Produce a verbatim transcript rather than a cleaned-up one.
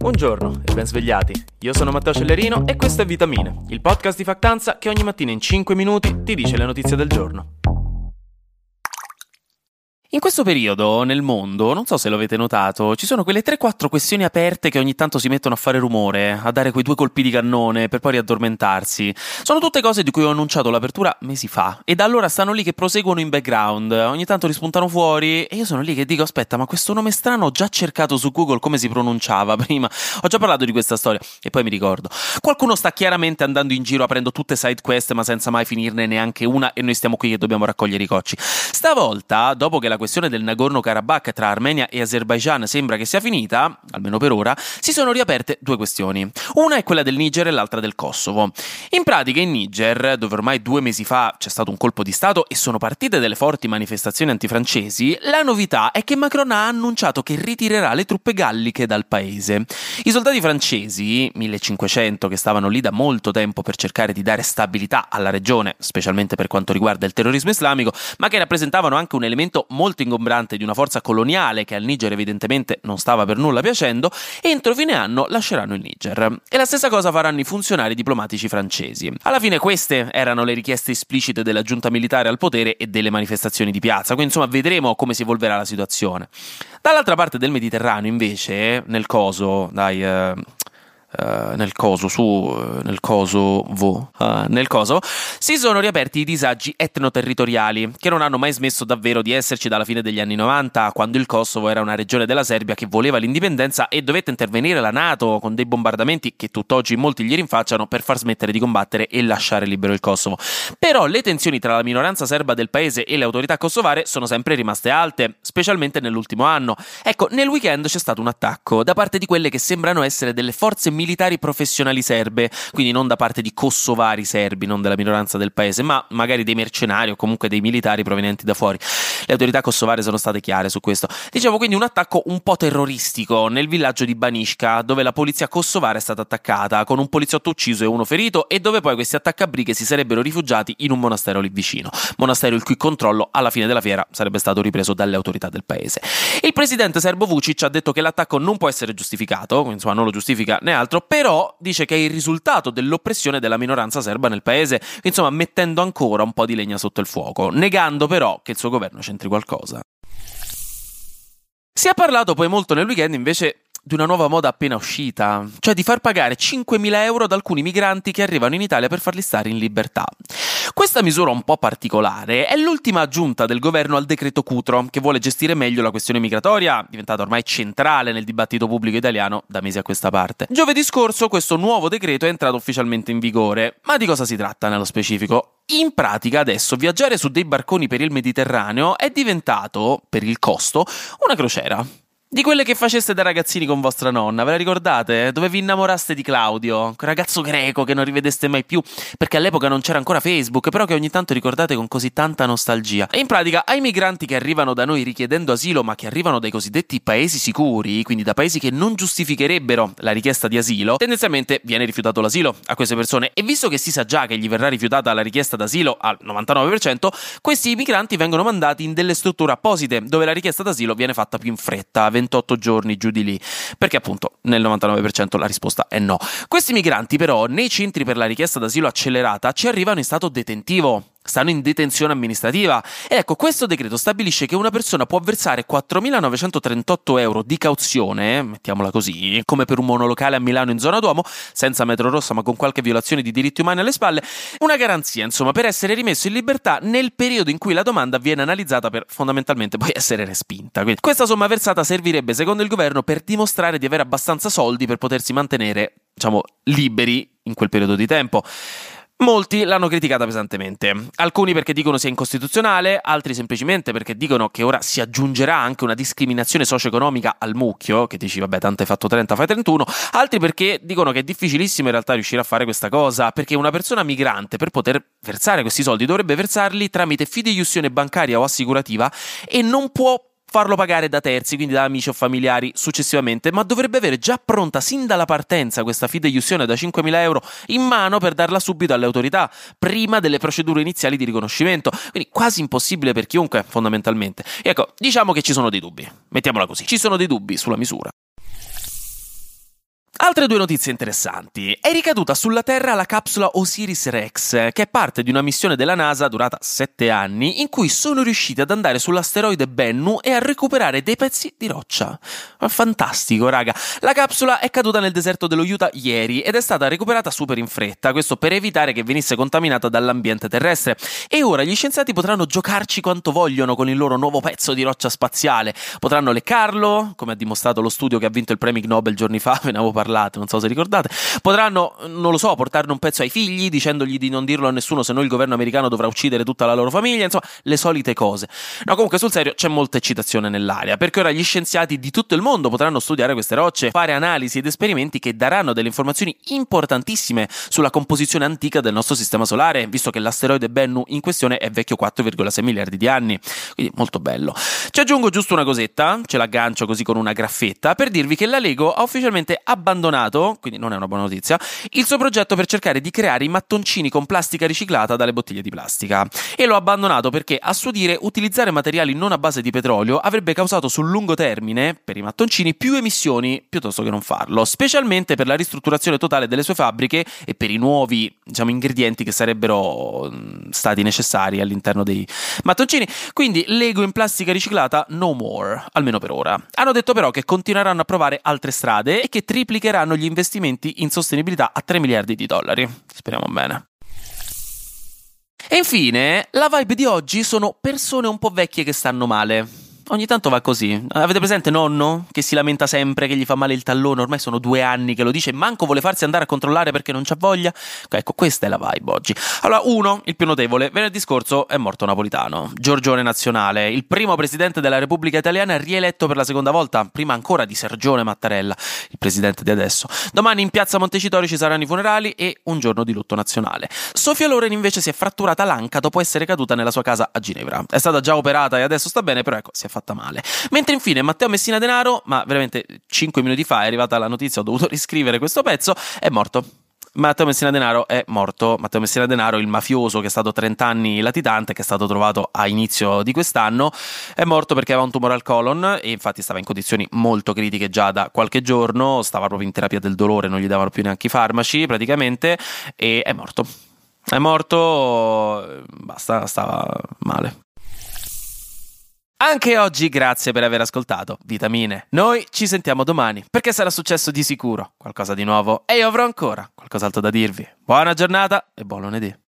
Buongiorno e ben svegliati. Io sono Matteo Cellerino e questo è Vitamine, il podcast di Factanza che ogni mattina in cinque minuti ti dice le notizie del giorno. In questo periodo, nel mondo, non so se lo avete notato, ci sono quelle tre quattro questioni aperte che ogni tanto si mettono a fare rumore, a dare quei due colpi di cannone per poi riaddormentarsi. Sono tutte cose di cui ho annunciato l'apertura mesi fa e da allora stanno lì che proseguono in background, ogni tanto rispuntano fuori e io sono lì che dico aspetta, ma questo nome strano ho già cercato su Google come si pronunciava prima, ho già parlato di questa storia e poi mi ricordo. Qualcuno sta chiaramente andando in giro aprendo tutte side quest ma senza mai finirne neanche una e noi stiamo qui che dobbiamo raccogliere i cocci. Stavolta, dopo che la questione del Nagorno-Karabakh tra Armenia e Azerbaijan sembra che sia finita, almeno per ora, si sono riaperte due questioni. Una è quella del Niger e l'altra del Kosovo. In pratica in Niger, dove ormai due mesi fa c'è stato un colpo di stato e sono partite delle forti manifestazioni antifrancesi, la novità è che Macron ha annunciato che ritirerà le truppe galliche dal paese. I soldati francesi, millecinquecento che stavano lì da molto tempo per cercare di dare stabilità alla regione, specialmente per quanto riguarda il terrorismo islamico, ma che rappresentavano anche un elemento molto ingombrante di una forza coloniale che al Niger evidentemente non stava per nulla piacendo, entro fine anno lasceranno il Niger. E la stessa cosa faranno i funzionari diplomatici francesi. Alla fine queste erano le richieste esplicite della giunta militare al potere e delle manifestazioni di piazza, quindi insomma vedremo come si evolverà la situazione. Dall'altra parte del Mediterraneo invece, nel coso, dai... Eh... Uh, nel coso su uh, nel coso vo uh, nel coso si sono riaperti i disagi etnoterritoriali che non hanno mai smesso davvero di esserci dalla fine degli anni novanta, quando il Kosovo era una regione della Serbia che voleva l'indipendenza e dovette intervenire la NATO con dei bombardamenti che tutt'oggi molti gli rinfacciano per far smettere di combattere e lasciare libero il Kosovo. Però le tensioni tra la minoranza serba del paese e le autorità kosovare sono sempre rimaste alte, specialmente nell'ultimo anno. Ecco, nel weekend c'è stato un attacco da parte di quelle che sembrano essere delle forze militari professionali serbe, quindi non da parte di kosovari serbi, non della minoranza del paese, ma magari dei mercenari o comunque dei militari provenienti da fuori. Le autorità kosovare sono state chiare su questo. Dicevo quindi un attacco un po' terroristico nel villaggio di Banishka, dove la polizia kosovare è stata attaccata, con un poliziotto ucciso e uno ferito, e dove poi questi attaccabrighe si sarebbero rifugiati in un monastero lì vicino. Monastero il cui controllo alla fine della fiera sarebbe stato ripreso dalle autorità del paese. Il presidente serbo Vučić ha detto che l'attacco non può essere giustificato, insomma non lo giustifica né altro, però dice che è il risultato dell'oppressione della minoranza serba nel paese, insomma mettendo ancora un po' di legna sotto il fuoco, negando però che il suo governo c'entri qualcosa. Si è parlato poi molto nel weekend invece di una nuova moda appena uscita, cioè di far pagare cinquemila euro ad alcuni migranti che arrivano in Italia per farli stare in libertà. Questa misura un po' particolare è l'ultima aggiunta del governo al decreto Cutro, che vuole gestire meglio la questione migratoria, diventata ormai centrale nel dibattito pubblico italiano da mesi a questa parte. Giovedì scorso questo nuovo decreto è entrato ufficialmente in vigore, ma di cosa si tratta nello specifico? In pratica adesso viaggiare su dei barconi per il Mediterraneo è diventato, per il costo, una crociera. Di quelle che faceste da ragazzini con vostra nonna, ve la ricordate? Dove vi innamoraste di Claudio, quel ragazzo greco che non rivedeste mai più, perché all'epoca non c'era ancora Facebook, però che ogni tanto ricordate con così tanta nostalgia. E in pratica ai migranti che arrivano da noi richiedendo asilo, ma che arrivano dai cosiddetti paesi sicuri, quindi da paesi che non giustificherebbero la richiesta di asilo, tendenzialmente viene rifiutato l'asilo a queste persone. E visto che si sa già che gli verrà rifiutata la richiesta d'asilo al novantanove per cento, questi migranti vengono mandati in delle strutture apposite, dove la richiesta d'asilo viene fatta più in fretta, ventotto giorni giù di lì, perché appunto nel novantanove per cento la risposta è no. Questi migranti però nei centri per la richiesta d'asilo accelerata ci arrivano in stato detentivo, stanno in detenzione amministrativa e ecco questo decreto stabilisce che una persona può versare quattromilanovecentotrentotto euro di cauzione, mettiamola così, come per un monolocale a Milano in zona Duomo, senza metro rossa ma con qualche violazione di diritti umani alle spalle, una garanzia insomma per essere rimesso in libertà nel periodo in cui la domanda viene analizzata per fondamentalmente poi essere respinta. Quindi questa somma versata servirebbe secondo il governo per dimostrare di avere abbastanza soldi per potersi mantenere, diciamo, liberi in quel periodo di tempo. Molti l'hanno criticata pesantemente, alcuni perché dicono sia incostituzionale, altri semplicemente perché dicono che ora si aggiungerà anche una discriminazione socio-economica al mucchio, che dici vabbè tanto hai fatto trenta fai trentuno, altri perché dicono che è difficilissimo in realtà riuscire a fare questa cosa, perché una persona migrante per poter versare questi soldi dovrebbe versarli tramite fideiussione bancaria o assicurativa e non può farlo pagare da terzi, quindi da amici o familiari successivamente, ma dovrebbe avere già pronta sin dalla partenza questa fideiussione da cinquemila euro in mano per darla subito alle autorità, prima delle procedure iniziali di riconoscimento, quindi quasi impossibile per chiunque fondamentalmente. E ecco, diciamo che ci sono dei dubbi, mettiamola così, ci sono dei dubbi sulla misura. Altre due notizie interessanti. È ricaduta sulla Terra la capsula Osiris-Rex, che è parte di una missione della NASA durata sette anni, in cui sono riusciti ad andare sull'asteroide Bennu e a recuperare dei pezzi di roccia. Fantastico, raga. La capsula è caduta nel deserto dello Utah ieri ed è stata recuperata super in fretta, questo per evitare che venisse contaminata dall'ambiente terrestre. E ora gli scienziati potranno giocarci quanto vogliono con il loro nuovo pezzo di roccia spaziale. Potranno leccarlo, come ha dimostrato lo studio che ha vinto il premio Nobel giorni fa, ve ne avevo parlato, non so se ricordate. Potranno, non lo so, portarne un pezzo ai figli dicendogli di non dirlo a nessuno, se no il governo americano dovrà uccidere tutta la loro famiglia, insomma, le solite cose. No, comunque sul serio c'è molta eccitazione nell'aria, perché ora gli scienziati di tutto il mondo potranno studiare queste rocce, fare analisi ed esperimenti che daranno delle informazioni importantissime sulla composizione antica del nostro sistema solare, visto che l'asteroide Bennu in questione è vecchio quattro virgola sei miliardi di anni. Quindi molto bello. Ci aggiungo giusto una cosetta, ce l'aggancio così con una graffetta, per dirvi che la Lego ha ufficialmente abbandonato, quindi non è una buona notizia, il suo progetto per cercare di creare i mattoncini con plastica riciclata dalle bottiglie di plastica. E l'ho abbandonato perché, a suo dire, utilizzare materiali non a base di petrolio avrebbe causato sul lungo termine, per i mattoncini, più emissioni piuttosto che non farlo, specialmente per la ristrutturazione totale delle sue fabbriche e per i nuovi, diciamo, ingredienti che sarebbero stati necessari all'interno dei mattoncini. Quindi Lego in plastica riciclata no more, almeno per ora. Hanno detto però che continueranno a provare altre strade e che triplicheranno gli investimenti in sostenibilità a tre miliardi di dollari. Speriamo bene. E infine, la vibe di oggi sono persone un po' vecchie che stanno male. Ogni tanto va così. Avete presente nonno? Che si lamenta sempre che gli fa male il tallone, ormai sono due anni che lo dice e manco vuole farsi andare a controllare perché non c'ha voglia? Ecco, questa è la vibe oggi. Allora, uno, il più notevole, venerdì scorso è morto Napolitano, Giorgione nazionale, il primo presidente della Repubblica Italiana rieletto per la seconda volta, prima ancora di Sergione Mattarella, il presidente di adesso. Domani in piazza Montecitorio ci saranno i funerali e un giorno di lutto nazionale. Sofia Loren invece si è fratturata l'anca dopo essere caduta nella sua casa a Ginevra. È stata già operata e adesso sta bene, però ecco, si è fatta male. Mentre infine Matteo Messina Denaro, ma veramente cinque minuti fa è arrivata la notizia, ho dovuto riscrivere questo pezzo, è morto. Matteo Messina Denaro è morto. Matteo Messina Denaro, il mafioso che è stato trenta anni latitante, che è stato trovato a inizio di quest'anno, è morto perché aveva un tumore al colon e infatti stava in condizioni molto critiche già da qualche giorno, stava proprio in terapia del dolore, non gli davano più neanche i farmaci praticamente e è morto. È morto, basta, stava male. Anche oggi grazie per aver ascoltato Vitamine. Noi ci sentiamo domani perché sarà successo di sicuro qualcosa di nuovo e io avrò ancora qualcos'altro da dirvi. Buona giornata e buon lunedì.